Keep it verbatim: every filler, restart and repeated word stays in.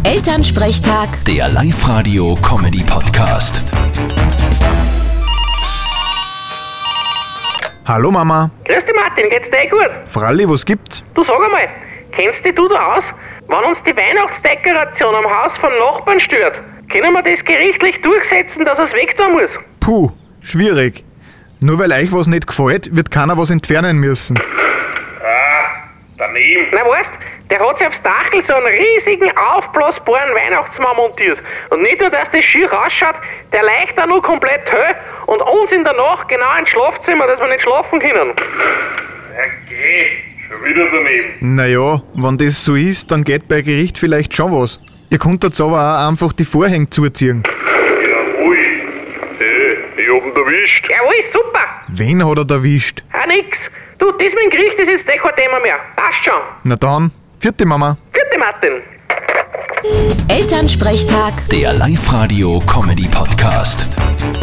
Elternsprechtag, Der Live-Radio-Comedy-Podcast. Hallo Mama. Grüß dich Martin, geht's dir eh gut? Fralli, was gibt's? Du sag einmal, kennst dich du da aus? Wenn uns die Weihnachtsdekoration am Haus vom Nachbarn stört, können wir das gerichtlich durchsetzen, dass es weg tun muss? Puh, schwierig. Nur weil euch was nicht gefällt, wird keiner was entfernen müssen. Ah, daneben. Na weißt, der hat sich aufs Dachel so einen riesigen, aufblasbaren Weihnachtsmann montiert. Und nicht nur, dass das schier ausschaut, der leicht auch nur komplett hell und uns in der Nacht genau ins Schlafzimmer, dass wir nicht schlafen können. Ja, geh, schon wieder daneben. Naja, wenn das so ist, dann geht bei Gericht vielleicht schon was. Ihr könnt jetzt aber auch einfach die Vorhänge zuziehen. Jawohl. Hey, ich hab ihn erwischt. Jawohl, super. Wen hat er erwischt? Ah, nix. Du, das mit dem Gericht ist jetzt eh kein Thema mehr. Passt schon. Na dann, vierte Mama. Vierte Martin. Elternsprechtag. Der Live-Radio-Comedy-Podcast.